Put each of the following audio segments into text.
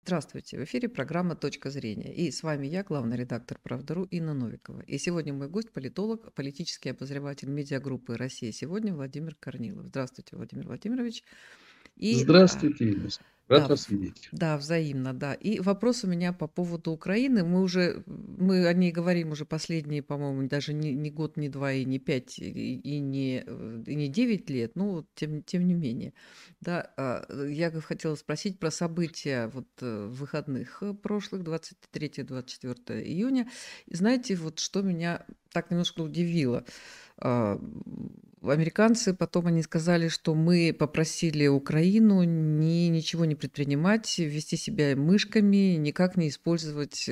Здравствуйте, в эфире программа «Точка зрения». И с вами я, главный редактор «Правда.ру» Инна Новикова. И сегодня мой гость – политолог, политический обозреватель медиагруппы «Россия сегодня» Владимир Корнилов. Здравствуйте, Владимир Владимирович. И Здравствуйте, Инна. Рад да, вас видеть. да, взаимно, да. И вопрос у меня по поводу Украины. Мы о ней говорим уже последние, по-моему, даже не год, не два, и не пять, и не 9 лет, но вот тем не менее. Да, я хотела спросить про события вот выходных прошлых, 23-24 июня. И знаете, вот что меня так немножко удивило. А, Американцы потом они сказали, что мы попросили Украину ничего не предпринимать, вести себя мышками, никак не использовать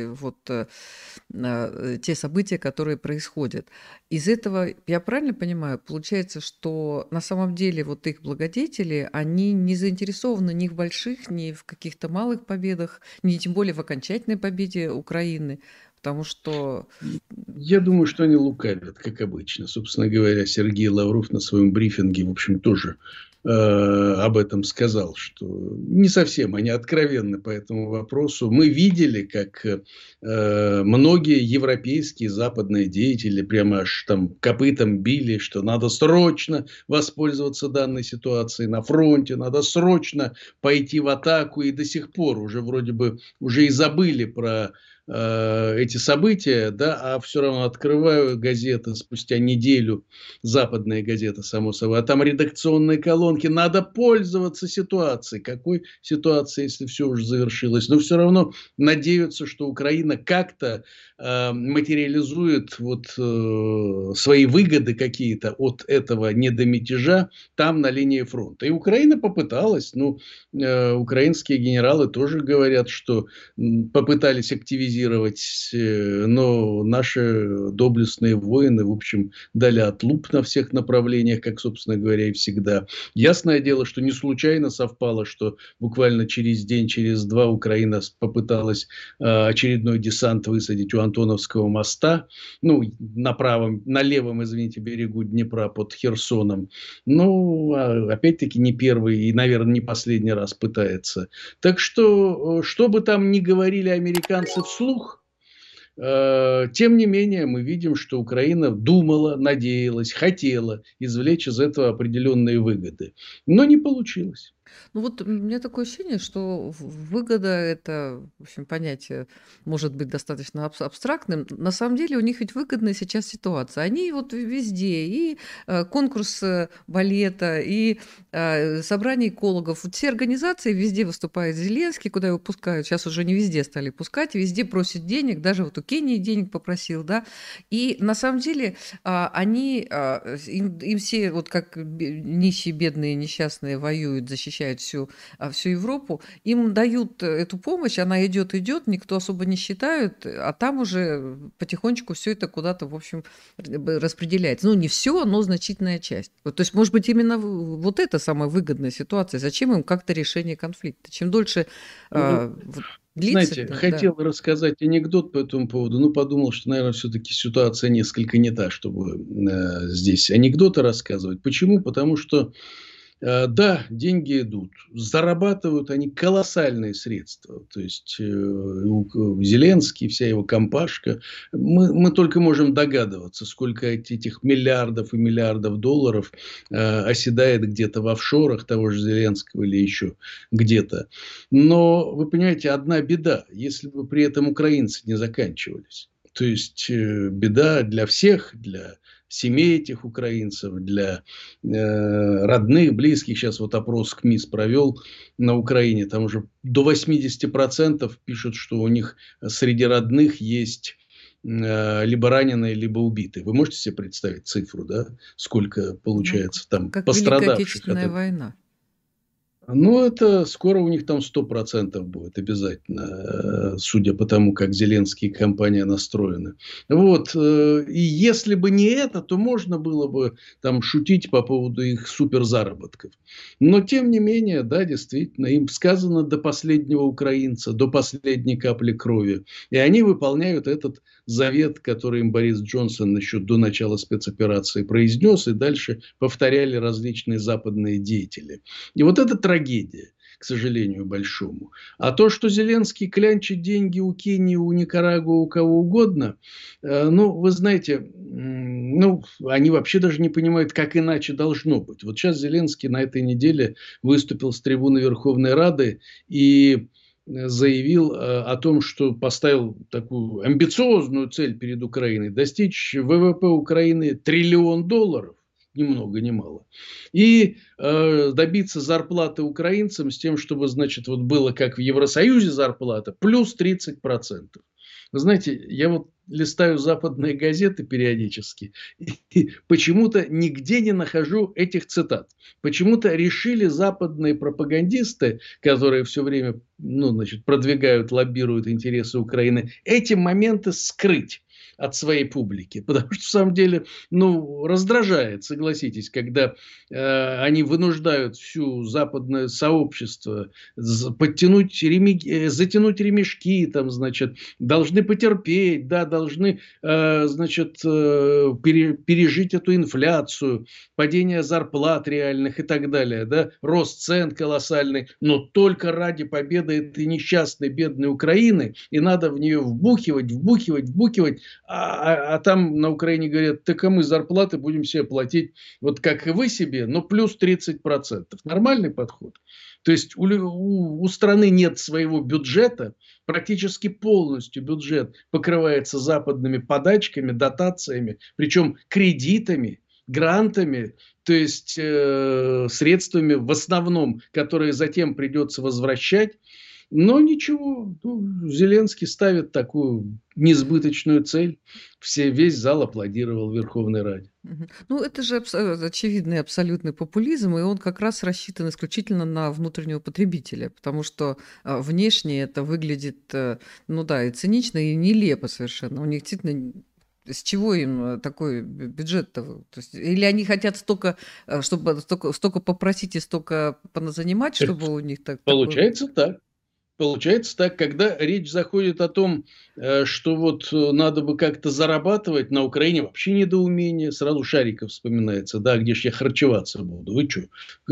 те события, которые происходят. Из этого, я правильно понимаю, получается, что на самом деле вот их благодетели, они не заинтересованы ни в больших, ни в каких-то малых победах, ни тем более в окончательной победе Украины, потому что... Я думаю, что они лукавят, как обычно. Собственно говоря, Сергей Лавров на своем брифинге, в общем, тоже об этом сказал, что не совсем они откровенны по этому вопросу. Мы видели, как многие европейские западные деятели прямо аж там копытом били, что надо срочно воспользоваться данной ситуацией на фронте, надо срочно пойти в атаку, и до сих пор уже вроде бы уже и забыли про эти события, да, а все равно открываю газеты спустя неделю, западные газеты, само собой, а там редакционные колонки, надо пользоваться ситуацией. Какой ситуацией, если все уже завершилось? Но все равно надеются, что Украина как-то материализует вот свои выгоды какие-то от этого недомятежа там на линии фронта. И Украина попыталась, украинские генералы тоже говорят, что попытались активизировать, но наши доблестные воины, в общем, дали отлуп на всех направлениях, как, собственно говоря, и всегда. Ясное дело, что не случайно совпало, что буквально через день, через два Украина попыталась очередной десант высадить у Антоновского моста, на левом, извините, берегу Днепра под Херсоном. Опять-таки не первый и, наверное, не последний раз пытается. Так что бы там ни говорили американцы вслух, тем не менее, мы видим, что Украина думала, надеялась, хотела извлечь из этого определенные выгоды. Но не получилось. Ну вот у меня такое ощущение, что выгода это, в общем, понятие может быть достаточно абстрактным. На самом деле у них ведь выгодная сейчас ситуация. Они вот везде, и конкурс балета, и собрание экологов. Вот все организации, везде выступает Зеленский, куда его пускают. Сейчас уже не везде стали пускать, везде просят денег, даже вот у Кении денег попросил, да. И на самом деле им все, вот как нищие, бедные, несчастные воюют, защищают всю Европу, им дают эту помощь, она идет, никто особо не считает, а там уже потихонечку все это куда-то, в общем, распределяется. Ну, не все, но значительная часть. То есть, может быть, именно вот это самая выгодная ситуация. Зачем им как-то решение конфликта? Чем дольше длится... Знаете, хотел рассказать анекдот по этому поводу, но подумал, что, наверное, все-таки ситуация несколько не та, чтобы здесь анекдоты рассказывать. Почему? Потому что да, деньги идут, зарабатывают они колоссальные средства. То есть Зеленский, вся его компашка, мы только можем догадываться, сколько этих миллиардов и миллиардов долларов оседает где-то в офшорах того же Зеленского или еще где-то. Но вы понимаете, одна беда, если бы при этом украинцы не заканчивались. То есть беда для всех, для семей этих украинцев, для родных, близких. Сейчас вот опрос КМИС провел на Украине. Там уже до 80% пишут, что у них среди родных есть либо раненые, либо убитые. Вы можете себе представить цифру, да? Сколько получается там как пострадавших? Великая Отечественная война. Это скоро у них там 100% будет обязательно, судя по тому, как Зеленский и компания настроены. И если бы не это, то можно было бы там шутить по поводу их суперзаработков. Но, тем не менее, да, действительно, им сказано до последнего украинца, до последней капли крови. И они выполняют этот завет, который им Борис Джонсон еще до начала спецоперации произнес, и дальше повторяли различные западные деятели. И вот эта трагедия, к сожалению, большому. А то, что Зеленский клянчит деньги у Кении, у Никарагуа, у кого угодно, ну, вы знаете, ну, они вообще даже не понимают, как иначе должно быть. Вот сейчас Зеленский на этой неделе выступил с трибуны Верховной Рады и заявил о том, что поставил такую амбициозную цель перед Украиной – достичь ВВП Украины $1 триллион, ни много ни мало, и добиться зарплаты украинцам с тем, чтобы, значит, вот было как в Евросоюзе зарплата, плюс 30%. Вы знаете, я вот листаю западные газеты периодически и почему-то нигде не нахожу этих цитат. Почему-то решили западные пропагандисты, которые все время, ну, значит, продвигают, лоббируют интересы Украины, эти моменты скрыть от своей публики. Потому что, в самом деле, ну, раздражает, согласитесь, когда они вынуждают всю западное сообщество затянуть ремешки, там, значит, должны потерпеть, да, должны, значит, пережить эту инфляцию, падение зарплат реальных и так далее, да, рост цен колоссальный, но только ради победы этой несчастной, бедной Украины, и надо в нее вбухивать, а там на Украине говорят, так а мы зарплаты будем себе платить, вот как и вы себе, но плюс 30%. Нормальный подход. То есть у страны нет своего бюджета, практически полностью бюджет покрывается западными подачками, дотациями, причем кредитами, грантами, то есть средствами в основном, которые затем придется возвращать. Но ничего, ну, Зеленский ставит такую несбыточную цель. Весь зал аплодировал в Верховной Раде. Ну, это же очевидный абсолютный популизм, и он как раз рассчитан исключительно на внутреннего потребителя, потому что внешне это выглядит, ну да, и цинично, и нелепо совершенно. У них действительно с чего им такой бюджет-то? То есть, или они хотят чтобы столько попросить и столько занимать, чтобы у них Получается так. Получается так, когда речь заходит о том, что вот надо бы как-то зарабатывать, на Украине вообще недоумение, сразу Шариков вспоминается, да, где ж я харчеваться буду, вы что,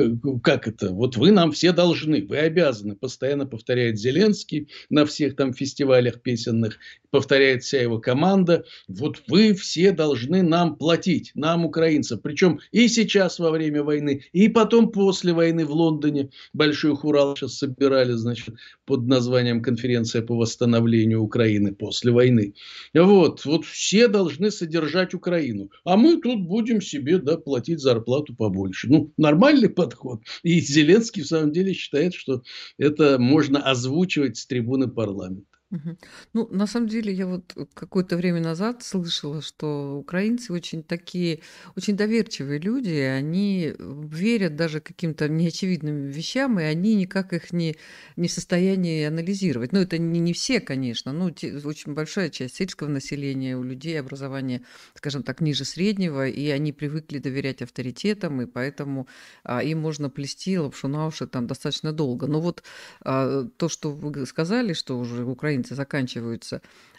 как это, вот вы нам все должны, вы обязаны, постоянно повторяет Зеленский на всех там фестивалях песенных, повторяет вся его команда, вот вы все должны нам платить, нам, украинцам, причем и сейчас во время войны, и потом после войны в Лондоне большой хурал сейчас собирали, значит, под названием «Конференция по восстановлению Украины после войны». Вот все должны содержать Украину, а мы тут будем себе, да, платить зарплату побольше. Ну, нормальный подход. И Зеленский в самом деле считает, что это можно озвучивать с трибуны парламента. Ну, на самом деле, я вот какое-то время назад слышала, что украинцы очень такие, очень доверчивые люди, и они верят даже каким-то неочевидным вещам, и они никак их не в состоянии анализировать. Ну, это не все, конечно, но очень большая часть сельского населения, у людей образование, скажем так, ниже среднего, и они привыкли доверять авторитетам, и поэтому им можно плести лапшу на уши там достаточно долго. Но вот то, что вы сказали, что уже украинцы заканчиваются.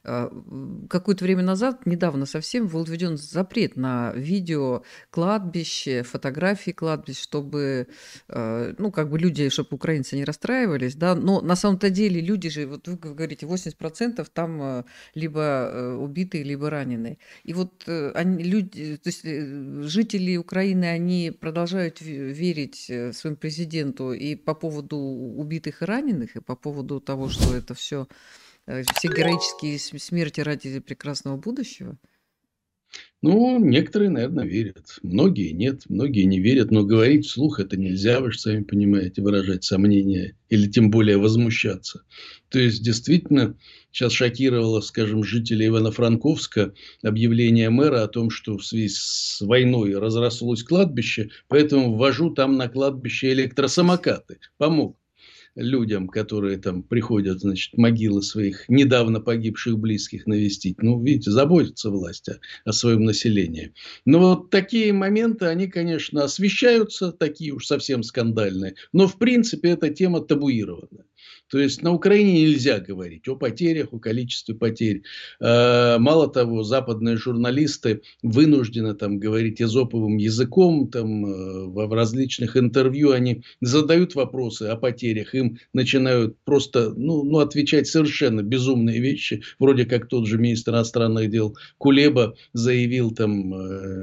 Какое-то время назад, недавно совсем, был введен запрет на видео кладбищ, фотографии кладбищ, чтобы, ну, как бы люди, чтобы украинцы не расстраивались, да, но на самом-то деле люди же, вот вы говорите, 80% там либо убитые, либо раненые. И вот люди, то есть жители Украины, они продолжают верить своему президенту и по поводу убитых и раненых, и по поводу того, что это все героические смерти ради прекрасного будущего? Ну, некоторые, наверное, верят. Многие нет, многие не верят. Но говорить вслух это нельзя, вы же сами понимаете, выражать сомнения или тем более возмущаться. То есть, действительно, сейчас шокировало, скажем, жителей Ивано-Франковска объявление мэра о том, что в связи с войной разрослось кладбище, поэтому ввожу там на кладбище электросамокаты. Помог людям, которые там приходят, значит, могилы своих недавно погибших близких навестить. Ну, видите, заботится власть о своем населении. Но вот такие моменты, они, конечно, освещаются, такие уж совсем скандальные. Но, в принципе, эта тема табуирована. То есть на Украине нельзя говорить о потерях, о количестве потерь. Мало того, западные журналисты вынуждены там говорить эзоповым языком, там, в различных интервью они задают вопросы о потерях, им начинают просто отвечать совершенно безумные вещи, вроде как тот же министр иностранных дел Кулеба заявил там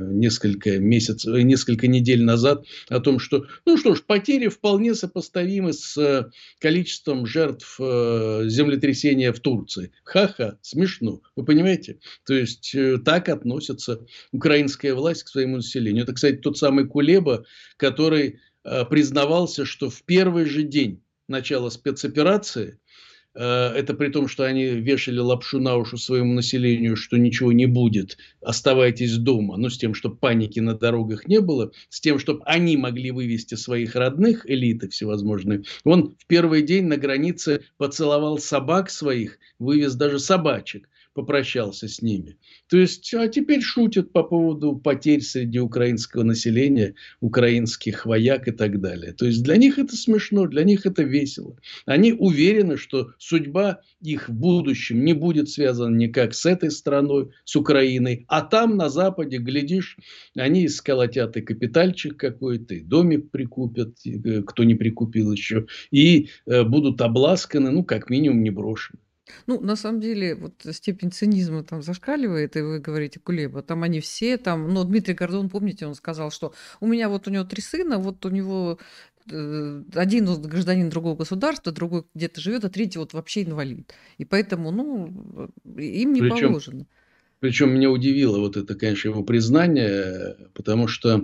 несколько недель назад о том, что, потери вполне сопоставимы с количеством жертв землетрясения в Турции. Ха-ха, смешно. Вы понимаете? То есть так относится украинская власть к своему населению. Это, кстати, тот самый Кулеба, который признавался, что в первый же день начала спецоперации, это при том, что они вешали лапшу на уши своему населению, что ничего не будет, оставайтесь дома, с тем, чтобы паники на дорогах не было, с тем, чтобы они могли вывести своих родных, элиты всевозможные. Он в первый день на границе поцеловал собак своих, вывез даже собачек, попрощался с ними. То есть, а теперь шутят по поводу потерь среди украинского населения, украинских вояк и так далее. То есть, для них это смешно, для них это весело. Они уверены, что судьба их в будущем не будет связана никак с этой страной, с Украиной. А там, на Западе, глядишь, они сколотят и капитальчик какой-то, и домик прикупят, кто не прикупил еще, и будут обласканы, как минимум, не брошены. На самом деле, вот степень цинизма там зашкаливает, и вы говорите Кулеба, там они все, Дмитрий Гордон, помните, он сказал, что у него 3 сына, вот у него один гражданин другого государства, другой где-то живет, а третий вообще инвалид. И поэтому, им не Причем, положено. причем меня удивило вот это, конечно, его признание, потому что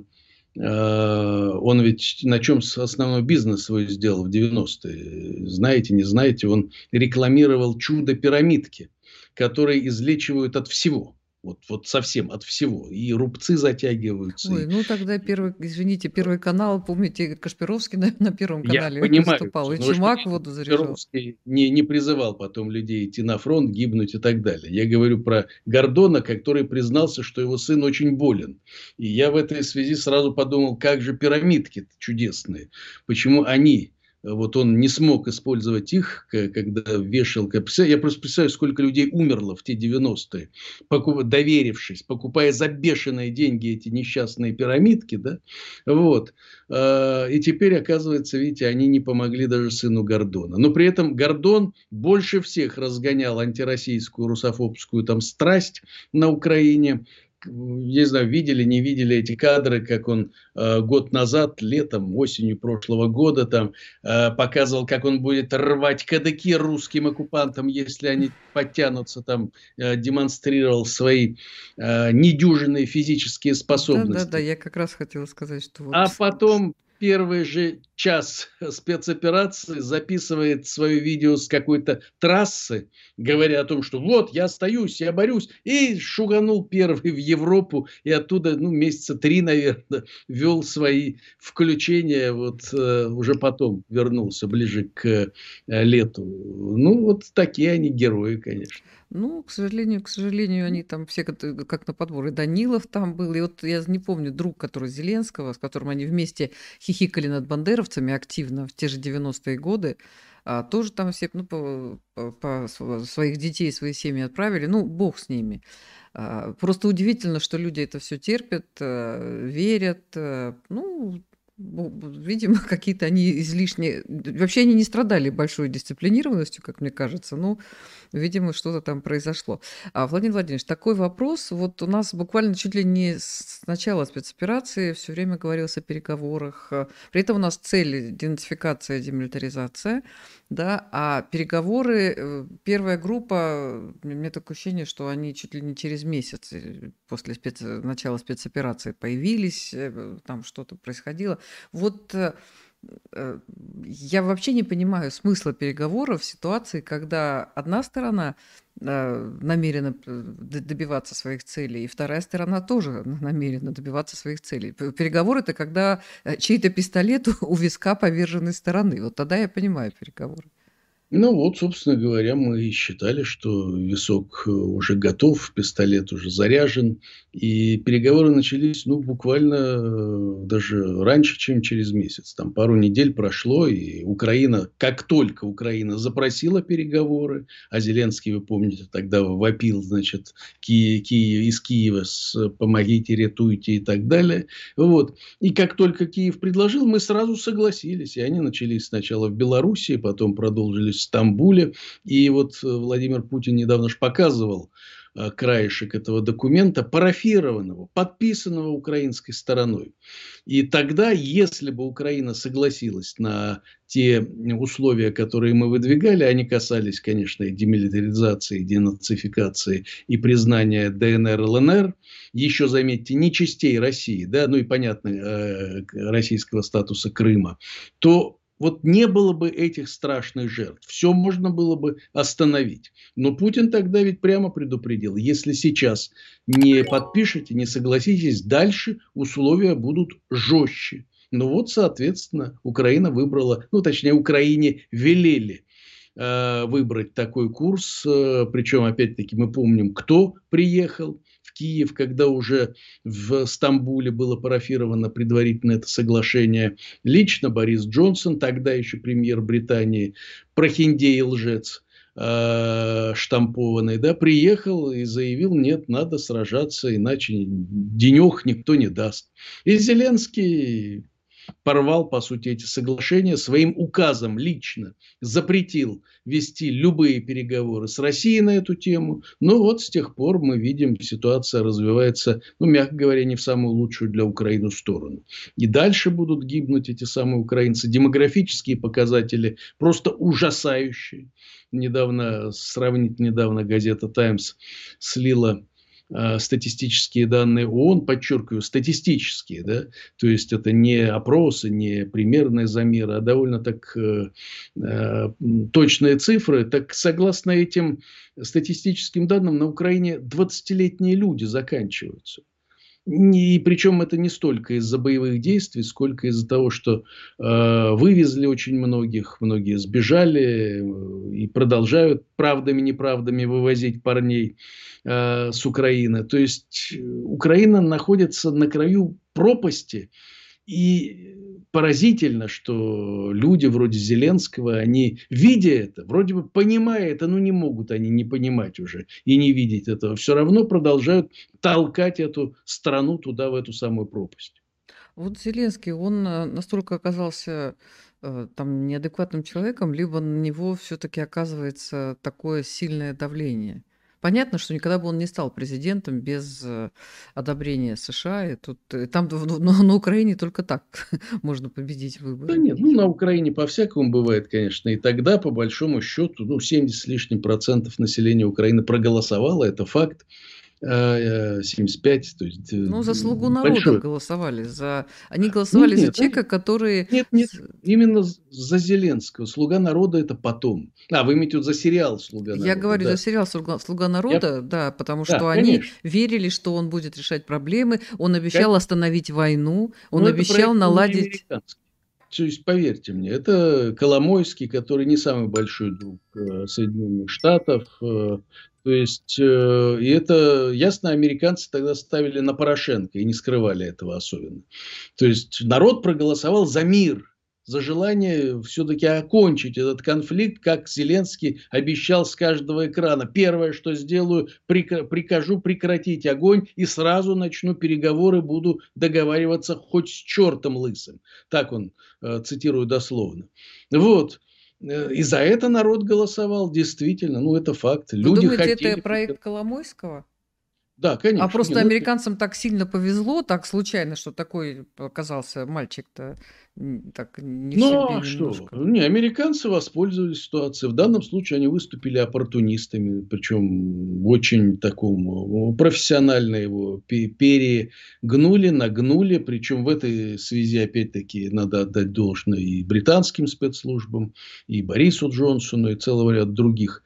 он ведь на чем основной бизнес свой сделал в 90-е? Знаете, не знаете, он рекламировал чудо-пирамидки, которые излечивают от всего. Вот совсем от всего. И рубцы затягиваются. Ой, тогда Первый канал, помните, Кашпировский на Первом Я канале понимаю, выступал, и но вы же Чумак понимаете, воду заряжал. Перовский не призывал потом людей идти на фронт, гибнуть и так далее. Я говорю про Гордона, который признался, что его сын очень болен. И я в этой связи сразу подумал, как же пирамидки чудесные. Почему они... Вот он не смог использовать их, когда вешал. Я просто представляю, сколько людей умерло в те 90-е, доверившись, покупая за бешеные деньги эти несчастные пирамидки. Да? Вот. И теперь, оказывается, видите, они не помогли даже сыну Гордона. Но при этом Гордон больше всех разгонял антироссийскую, русофобскую страсть на Украине. Не знаю, видели, не видели эти кадры, как он год назад, летом, осенью прошлого года показывал, как он будет рвать кадыки русским оккупантам, если они подтянутся, демонстрировал свои недюжинные физические способности. Да, я как раз хотела сказать, что А потом первый же час спецоперации записывает свое видео с какой-то трассы, говоря о том, что вот, я остаюсь, я борюсь, и шуганул первый в Европу, и оттуда, месяца 3, наверное, вел свои включения, уже потом вернулся ближе к лету. Вот такие они герои, конечно. К сожалению, они там все как на подбор. И Данилов там был, и я не помню, друг, который Зеленского, с которым они вместе хихикали над бандеровцами активно в те же 90-е годы, тоже там все по своих детей, свои семьи отправили. Бог с ними. Просто удивительно, что люди это все терпят, верят. Видимо, какие-то они излишние... Вообще они не страдали большой дисциплинированностью, как мне кажется, видимо, что-то там произошло. Владимир Владимирович, такой вопрос. Вот у нас буквально чуть ли не с начала спецоперации все время говорилось о переговорах. При этом у нас цель денацификация, демилитаризация, да, а переговоры, первая группа, у меня такое ощущение, что они чуть ли не через месяц после начала спецоперации появились, там что-то происходило. Я вообще не понимаю смысла переговоров в ситуации, когда одна сторона намерена добиваться своих целей, и вторая сторона тоже намерена добиваться своих целей. Переговоры – это когда чей-то пистолет у виска поверженной стороны. Вот тогда я понимаю переговоры. Ну вот, собственно говоря, мы и считали, что висок уже готов, пистолет уже заряжен, и переговоры начались, ну, буквально даже раньше, чем через месяц. Там пару недель прошло, и Украина, как только Украина запросила переговоры, а Зеленский, вы помните, тогда вопил, значит, из Киева с «помогите, ретуйте» и так далее. Вот. И как только Киев предложил, мы сразу согласились. И они начались сначала в Белоруссии, потом продолжились в Стамбуле. И вот Владимир Путин недавно же показывал краешек этого документа, парафированного, подписанного украинской стороной. И тогда, если бы Украина согласилась на те условия, которые мы выдвигали, они касались, конечно, и демилитаризации, и денацификации, и признания ДНР, ЛНР, еще, заметьте, не частей России, да, ну и, понятно, российского статуса Крыма, то вот не было бы этих страшных жертв. Все можно было бы остановить. Но Путин тогда ведь прямо предупредил, если сейчас не подпишете, не согласитесь, дальше условия будут жестче. Ну вот, соответственно, Украина выбрала, ну точнее, Украине велели выбрать такой курс. Причем, опять-таки, мы помним, кто приехал в Киев, когда уже в Стамбуле было парафировано предварительно это соглашение. Лично Борис Джонсон, тогда еще премьер Британии, прохиндей и лжец штампованный, да, приехал и заявил: нет, надо сражаться, иначе денег никто не даст. И Зеленский порвал, по сути, эти соглашения, своим указом лично запретил вести любые переговоры с Россией на эту тему. Но вот с тех пор мы видим, ситуация развивается, ну, мягко говоря, не в самую лучшую для Украины сторону. И дальше будут гибнуть эти самые украинцы. Демографические показатели просто ужасающие. Сравнительно недавно газета «Таймс» слила статистические данные ООН, подчеркиваю, статистические, да, то есть это не опросы, не примерные замеры, а довольно так точные цифры. Так согласно этим статистическим данным, на Украине 20-летние люди заканчиваются. И причем это не столько из-за боевых действий, сколько из-за того, что вывезли очень многих, многие сбежали и продолжают правдами-неправдами вывозить парней с Украины. То есть Украина находится на краю пропасти. И поразительно, что люди вроде Зеленского, они, видя это, вроде бы понимая это, но не могут они не понимать уже и не видеть этого, все равно продолжают толкать эту страну туда, в эту самую пропасть. Вот Зеленский, он настолько оказался там неадекватным человеком, либо на него все-таки оказывается такое сильное давление. Понятно, что никогда бы он не стал президентом без одобрения США. И тут, там на Украине только так можно победить Да выборы. нет, ну на Украине по-всякому бывает, конечно. И тогда, по большому счету, ну 70 с лишним процентов населения Украины проголосовало, это факт. 75, то есть Ну, за «Слугу народа» большой. голосовали. Они Нет, голосовали за нет, человека, который... нет, нет, именно за Зеленского. «Слуга народа» это потом. Вы имеете в виду за сериал «Слуга Я народа», говорю за да. сериал «Слуга Я, народа», да, потому да, что они конечно, верили, что он будет решать проблемы, он обещал конечно. остановить войну, он Но это обещал проект был не наладить... американский. То есть, поверьте мне, это Коломойский, который не самый большой друг Соединенных Штатов. То есть, и это, ясно, американцы тогда ставили на Порошенко и не скрывали этого особенно. То есть, народ проголосовал за мир, за желание все-таки окончить этот конфликт, как Зеленский обещал с каждого экрана. Первое, что сделаю, прикажу прекратить огонь и сразу начну переговоры, буду договариваться хоть с чертом лысым. Так он, цитирую дословно. Вот. И за это народ голосовал, действительно, ну это факт. Вы Люди думаете, это хотели. проект Коломойского? Да, А конечно. Не, просто ну, американцам так сильно повезло, так случайно, что такой оказался мальчик-то так не в ну, себе а что? немножко. Не, американцы воспользовались ситуацией. В данном случае они выступили оппортунистами, причем в очень таком профессионально его перегнули, нагнули. Причем в этой связи, опять-таки, надо отдать должное и британским спецслужбам, и Борису Джонсону, и целого ряда других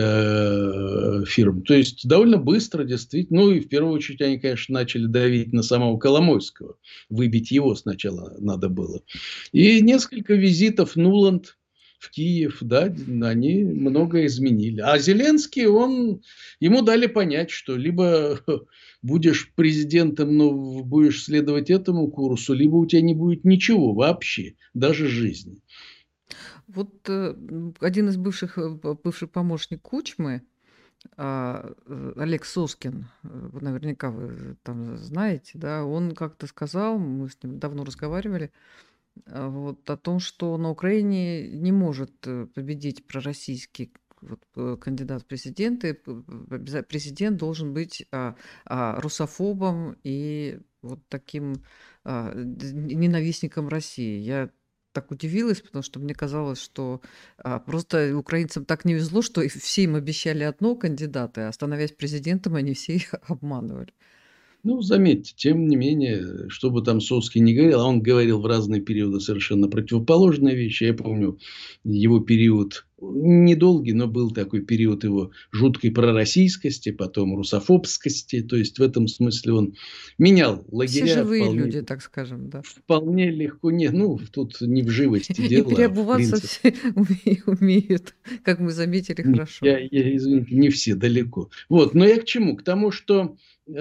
фирм. То есть, довольно быстро, действительно. Ну, и в первую очередь они, конечно, начали давить на самого Коломойского. Выбить его сначала надо было. И несколько визитов Нуланд в в Киев, да, они многое изменили. А Зеленский, ему дали понять, что либо будешь президентом, но будешь следовать этому курсу, либо у тебя не будет ничего вообще, даже жизни. Вот один из бывший помощник Кучмы, Олег Соскин, вы наверняка вы там знаете, да, он как-то сказал, мы с ним давно разговаривали, вот, о том, что на Украине не может победить пророссийский кандидат в президенты. Президент должен быть русофобом и вот таким ненавистником России. Я так удивилась, потому что мне казалось, что просто украинцам так не везло, что все им обещали одно кандидата, а становясь президентом, они все их обманывали. Ну, заметьте, тем не менее, что бы там Соски не говорил, а он говорил в разные периоды совершенно противоположные вещи. Я помню его период, недолгий, но был такой период его жуткой пророссийскости, потом русофобскости. То есть, в этом смысле он менял Все лагеря живые вполне, люди, так скажем, да. вполне легко. Не, ну, тут не в живости И дело, а в переобуваться принципе. все умеют, как мы заметили, хорошо. Извините, не все далеко. Вот, но я к чему? К тому, что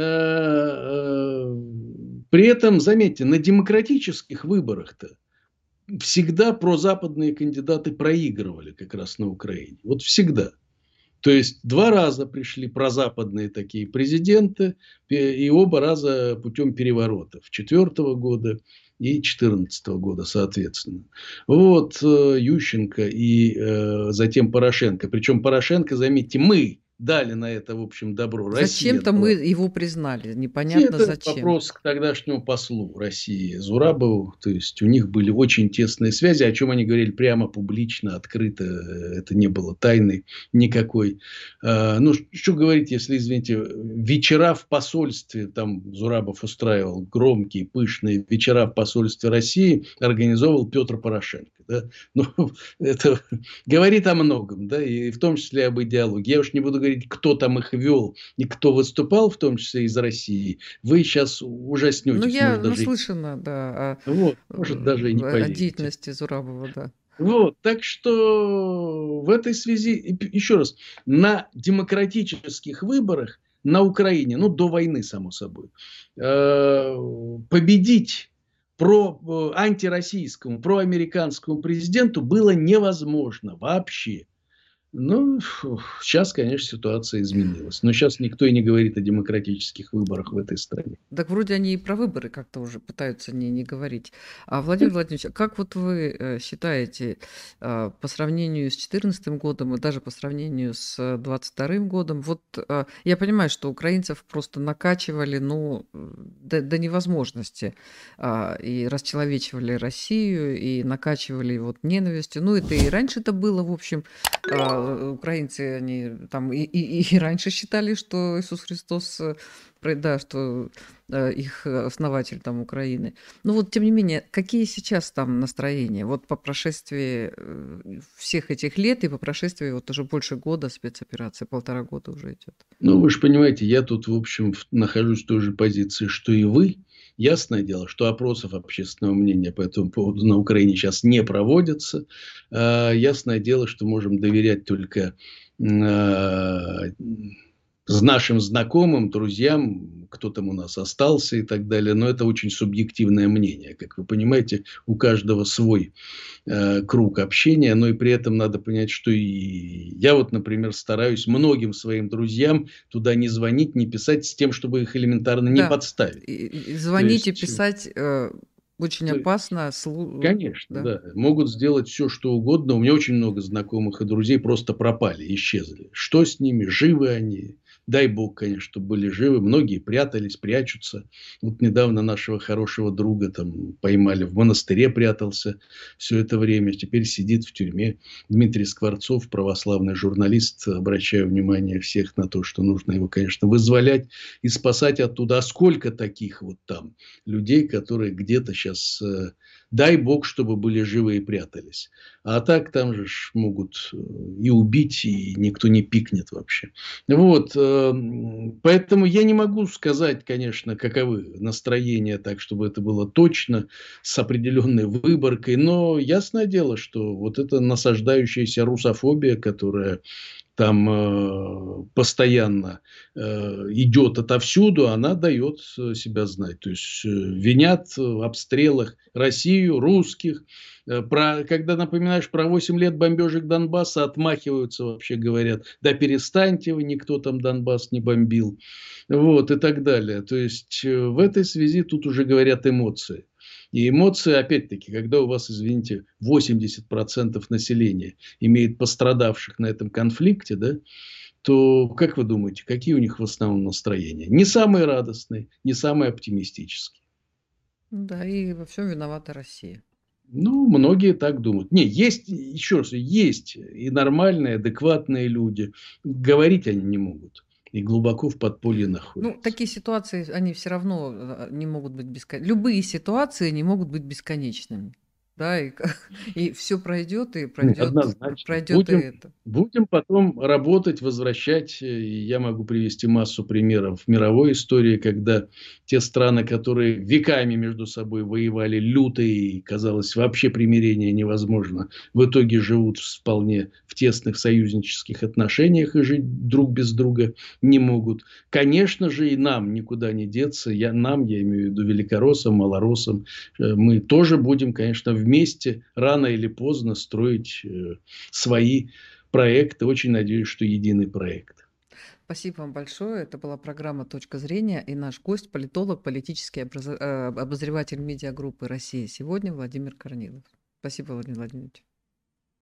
при этом, заметьте, на демократических выборах-то всегда прозападные кандидаты проигрывали как раз на Украине. Вот всегда. То есть 2 раза пришли прозападные такие президенты, и оба раза путем переворотов. 2004 года и 2014 года, соответственно. Вот Ющенко и затем Порошенко. Причем Порошенко, заметьте, мы дали на это, в общем, добро. Россия Зачем-то мы дала. его признали, И непонятно это зачем. вопрос к тогдашнему послу России Зурабову. То есть, у них были очень тесные связи, о чем они говорили прямо, публично, открыто. Это не было тайны никакой. Ну, что говорить, если, извините, вечера в посольстве, там Зурабов устраивал громкие, пышные вечера в посольстве России, организовал Петр Порошенко. Да? Ну, это говорит о многом, да, и в том числе об идеологии. Я уж не буду говорить, кто там их вел и кто выступал, в том числе из России. Вы сейчас Ну, ужаснетесь, я может, даже, наслышана, да, вот, может, даже и не о поверите. деятельности Зурабова, да. Вот, так что в этой связи, еще раз, на демократических выборах на Украине, ну, до войны, само собой, победить антироссийскому, проамериканскому президенту было невозможно вообще. Ну, сейчас, конечно, ситуация изменилась. Но сейчас никто и не говорит о демократических выборах в этой стране. Так вроде они и про выборы как-то уже пытаются не говорить. А, Владимир Владимирович, а как вот вы считаете, по сравнению с 2014 годом и даже по сравнению с 2022 годом, вот я понимаю, что украинцев просто накачивали, ну, до невозможности, и расчеловечивали Россию, и накачивали вот ненавистью. Ну, это и раньше-то было, в общем, украинцы, они там и раньше считали, что Иисус Христос, да, что их основатель там Украины. Но вот, тем не менее, какие сейчас там настроения? Вот по прошествии всех этих лет и по прошествии вот уже больше года спецоперации, 1,5 года уже идет. Ну, вы же понимаете, я тут, в общем, нахожусь в той же позиции, что и вы. Ясное дело, что опросов общественного мнения по этому поводу на Украине сейчас не проводятся. Ясное дело, что можем доверять только нашим знакомым, друзьям, кто там у нас остался и так далее. Но это очень субъективное мнение. Как вы понимаете, у каждого свой круг общения. Но и при этом надо понять, что и я вот, например, стараюсь многим своим друзьям туда не звонить, не писать с тем, чтобы их элементарно не Да, подставить. и звонить и есть, писать очень опасно. Конечно, Да. да. Могут сделать все, что угодно. У меня очень много знакомых и друзей просто пропали, исчезли. Что с ними? Живы они? Дай бог, конечно, чтобы были живы. Многие прятались, прячутся. Вот недавно нашего хорошего друга там поймали, в монастыре прятался все это время. Теперь сидит в тюрьме. Дмитрий Скворцов, православный журналист. Обращаю внимание всех на то, что нужно его, конечно, вызволять и спасать оттуда. А сколько таких вот там людей, которые где-то сейчас дай бог, чтобы были живы и прятались. А так там же могут и убить, и никто не пикнет вообще. Вот, поэтому я не могу сказать, конечно, каковы настроения так, чтобы это было точно, с определенной выборкой, но ясное дело, что вот эта насаждающаяся русофобия, которая там постоянно идет отовсюду, она дает себя знать. То есть винят в обстрелах Россию, русских. Когда напоминаешь про 8 лет бомбежек Донбасса, отмахиваются вообще, говорят, да перестаньте вы, никто там Донбасс не бомбил. Вот, и так далее. То есть в этой связи тут уже говорят эмоции. И эмоции, опять-таки, когда у вас, извините, 80% населения имеет пострадавших на этом конфликте, да, то как вы думаете, какие у них в основном настроения? Не самые радостные, не самые оптимистические. Да, и во всем виновата Россия. Ну, многие так думают. Не, есть, еще раз, есть и нормальные, адекватные люди. Говорить они не могут. И глубоко в подполье Ну, находятся. такие ситуации, они все равно не могут быть бесконечными. Любые ситуации не могут быть бесконечными. Да, и, и все пройдет, и Однозначно. пройдет и это. Будем потом работать, возвращать. И я могу привести массу примеров в мировой истории, когда те страны, которые веками между собой воевали люто и, казалось, вообще примирение невозможно, в итоге живут вполне в тесных союзнических отношениях и жить друг без друга не могут. Конечно же, и нам никуда не деться. Я имею в виду великороссам, малороссам, мы тоже будем, конечно, вместе рано или поздно строить свои проекты. Очень надеюсь, что единый проект. Спасибо вам большое. Это была программа «Точка зрения» и наш гость, политолог, политический обозреватель медиагруппы «Россия сегодня» Владимир Корнилов. Спасибо, Владимир Владимирович.